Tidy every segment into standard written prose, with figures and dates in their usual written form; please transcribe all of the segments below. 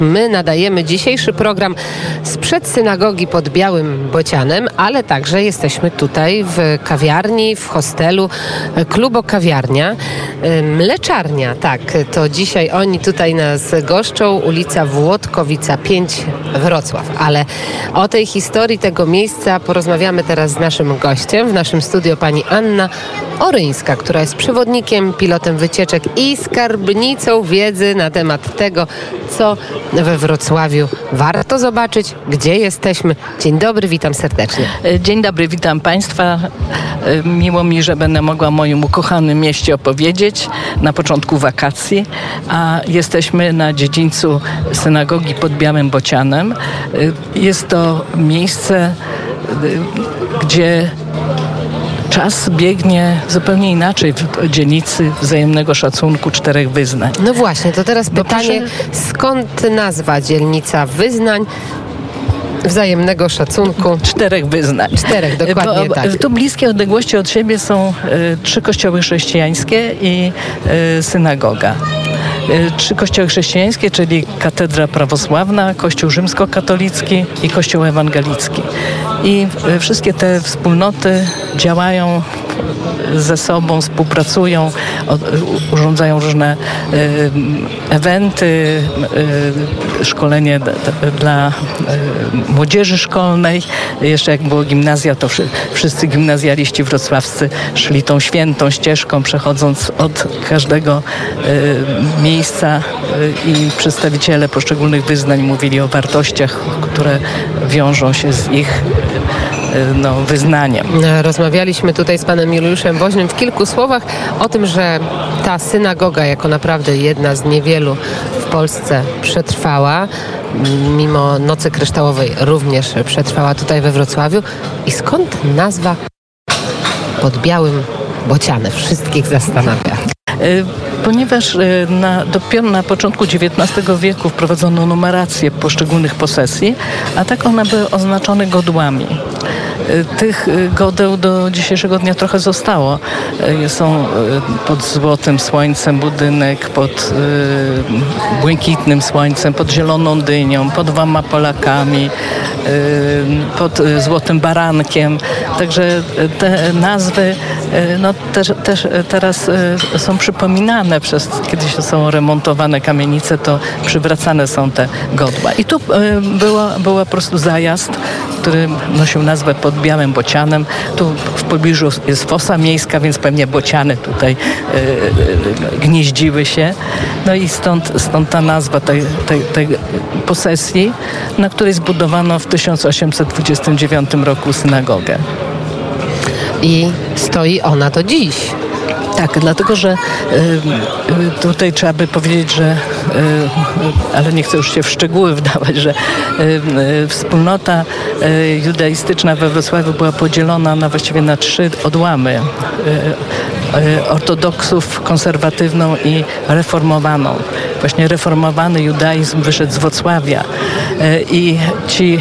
My nadajemy dzisiejszy program sprzed synagogi pod Białym Bocianem, ale także jesteśmy tutaj w kawiarni, w hostelu Klubo-Kawiarnia. Mleczarnia, tak, to dzisiaj oni tutaj nas goszczą, ulica Włodkowica 5, Wrocław. Ale o tej historii tego miejsca porozmawiamy teraz z naszym gościem. W naszym studio pani Anna Oryńska, która jest przewodnikiem, pilotem wycieczek i skarbnicą wiedzy na temat tego, co we Wrocławiu warto zobaczyć, gdzie jesteśmy. Dzień dobry, witam serdecznie. Dzień dobry, witam Państwa. Miło mi, że będę mogła o moim ukochanym mieście opowiedzieć na początku wakacji, a jesteśmy na dziedzińcu synagogi pod Białym Bocianem. Jest to miejsce, gdzie czas biegnie zupełnie inaczej w dzielnicy wzajemnego szacunku 4 wyznań. No właśnie, to teraz pytanie, skąd nazwa dzielnica wyznań wzajemnego szacunku? 4 wyznań. 4, dokładnie tak. Tu bliskie odległości od siebie są 3 kościoły chrześcijańskie i synagoga. 3 kościoły chrześcijańskie, czyli katedra prawosławna, kościół rzymskokatolicki i kościół ewangelicki. I wszystkie te wspólnoty działają ze sobą, współpracują, urządzają różne eventy, szkolenie dla młodzieży szkolnej. Jeszcze jak było gimnazja, to wszyscy gimnazjaliści wrocławscy szli tą świętą ścieżką, przechodząc od każdego miejsca i przedstawiciele poszczególnych wyznań mówili o wartościach, które wiążą się z ich wyznaniem. Rozmawialiśmy tutaj z panem Juliuszem Woźnym w kilku słowach o tym, że ta synagoga jako naprawdę jedna z niewielu w Polsce przetrwała, mimo Nocy Kryształowej również przetrwała tutaj we Wrocławiu. I skąd nazwa pod Białym Bocianem? Wszystkich zastanawia. Ponieważ dopiero na początku XIX wieku wprowadzono numerację poszczególnych posesji, a tak one były oznaczone godłami. Tych godeł do dzisiejszego dnia trochę zostało. Są pod złotym słońcem budynek, pod błękitnym słońcem, pod zieloną dynią, pod 2 Polakami, pod złotym barankiem. Także te nazwy też teraz są przypominane kiedy się są remontowane kamienice, to przywracane są te godła. I tu był po prostu zajazd, który nosił nazwę pod Białym Bocianem. Tu w pobliżu jest fosa miejska, więc pewnie bociany tutaj gnieździły się. No i stąd ta nazwa tej posesji, na której zbudowano w 1829 roku synagogę. I stoi ona do dziś. Tak, dlatego, że tutaj trzeba by powiedzieć, że, ale nie chcę już się w szczegóły wdawać, że wspólnota judaistyczna we Wrocławiu była podzielona właściwie na 3 odłamy. Ortodoksów, konserwatywną i reformowaną. Właśnie reformowany judaizm wyszedł z Wrocławia i ci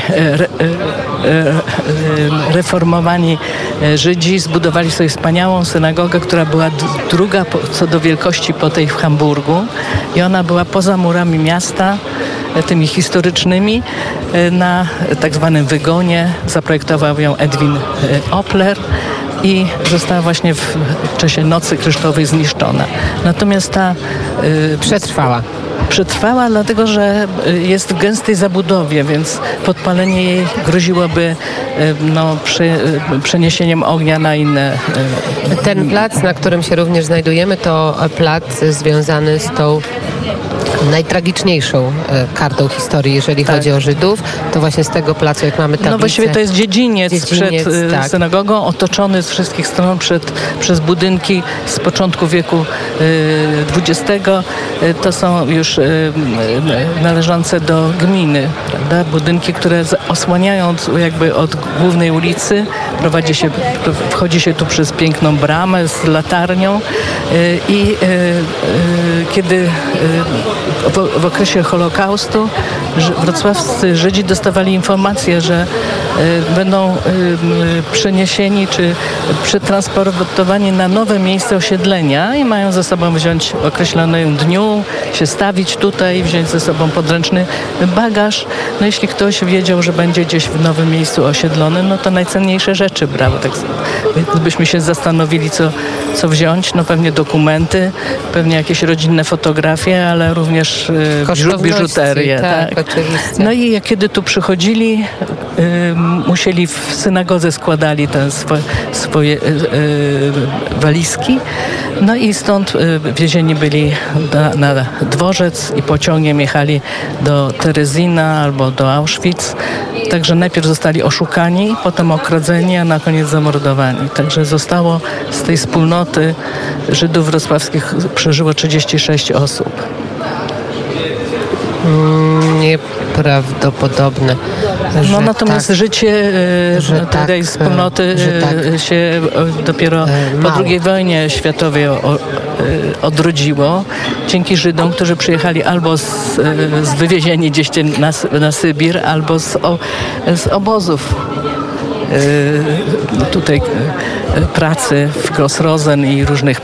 reformowani Żydzi zbudowali sobie wspaniałą synagogę, która była druga co do wielkości po tej w Hamburgu i ona była poza murami miasta, tymi historycznymi, na tak zwanym wygonie. Zaprojektował ją Edwin Opler i została właśnie w czasie Nocy Kryształowej zniszczona. Natomiast ta przetrwała, dlatego że jest w gęstej zabudowie, więc podpalenie jej groziłoby przeniesieniem ognia na inne. Ten plac, na którym się również znajdujemy, to plac związany z tą najtragiczniejszą kartą historii, jeżeli chodzi o Żydów, to właśnie z tego placu, jak mamy tablicę. No właściwie to jest dziedziniec przed synagogą, otoczony z wszystkich stron przez budynki z początku wieku XX. To są już należące do gminy, prawda? Budynki, które osłaniają jakby od głównej ulicy, wchodzi się tu przez piękną bramę z latarnią i kiedy w okresie Holokaustu wrocławscy Żydzi dostawali informację, że będą przeniesieni czy przetransportowani na nowe miejsce osiedlenia i mają ze sobą wziąć w określonym dniu, się stawić tutaj, wziąć ze sobą podręczny bagaż. No jeśli ktoś wiedział, że będzie gdzieś w nowym miejscu osiedlony, no to najcenniejsze rzeczy brał. Tak, gdybyśmy się zastanowili, co wziąć, no pewnie dokumenty, pewnie jakieś rodzinne fotografie, ale również biżuterię. Tak, oczywiście. No i kiedy tu przychodzili, musieli w synagodze składali te swoje walizki, no i stąd wiezieni byli na dworzec i pociągiem jechali do Terezyna albo do Auschwitz. Także najpierw zostali oszukani, potem okradzeni, a na koniec zamordowani. Także zostało z tej wspólnoty Żydów wrocławskich przeżyło 36 osób. Nieprawdopodobne. No natomiast tak, życie tej wspólnoty się dopiero po II wojnie światowej odrodziło. Dzięki Żydom, którzy przyjechali albo wywiezieni gdzieś na Sybir, albo z obozów. Tutaj pracy w Grossrosen i różnych.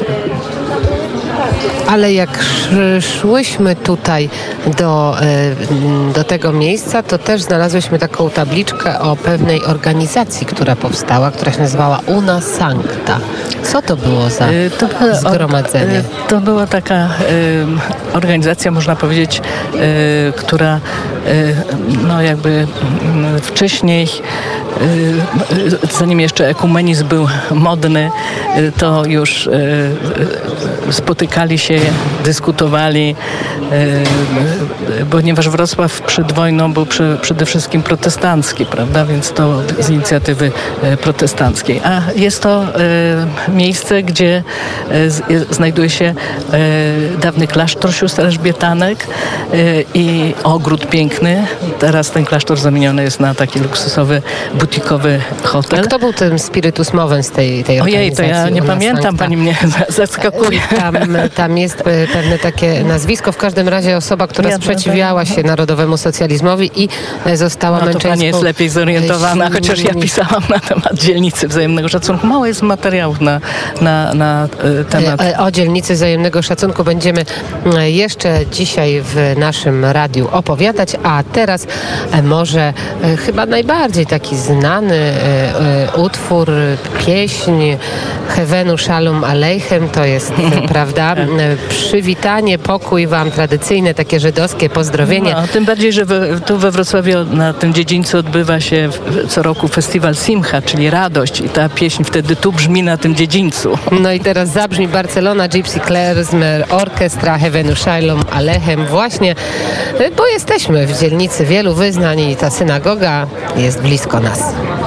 Ale jak szłyśmy tutaj do tego miejsca, to też znalazłyśmy taką tabliczkę o pewnej organizacji, która powstała, która się nazywała Una Sancta. Co to było za zgromadzenie? To była taka organizacja, można powiedzieć, która no jakby wcześniej, zanim jeszcze ekumenizm był modny, to już spotykali się, dyskutowali, ponieważ Wrocław przed wojną był przede wszystkim protestancki, prawda, więc to z inicjatywy protestanckiej. A jest to miejsce, gdzie znajduje się dawny klasztor sióstr elżbietanek i ogród piękny. Teraz ten klasztor zamieniony jest na taki luksusowy, butikowy hotel. A kto był tym spiritus movens tej organizacji? Ojej, to ja nie pamiętam, pani mnie zaskakuje. Tam jest pewne takie nazwisko, w każdym razie osoba, która sprzeciwiała się narodowemu socjalizmowi i została męczeńską. To pani jest lepiej zorientowana, chociaż ja pisałam na temat dzielnicy wzajemnego szacunku. Mało jest materiałów na temat. O dzielnicy wzajemnego szacunku będziemy jeszcze dzisiaj w naszym radiu opowiadać, a teraz może chyba najbardziej taki znany utwór, pieśń Hevenu Shalom Aleichem, to jest, prawda, przywitanie, pokój wam, tradycyjne takie żydowskie pozdrowienie. No, tym bardziej, że tu we Wrocławiu na tym dziedzińcu odbywa się co roku festiwal Simcha, czyli radość, i ta pieśń wtedy tu brzmi na tym dziedzińcu. No i teraz zabrzmi Barcelona Gypsy Klezmer Orkiestra Hevenu Shalom Aleichem właśnie, bo jesteśmy w dzielnicy wielu wyznań i ta synagoga jest blisko nas.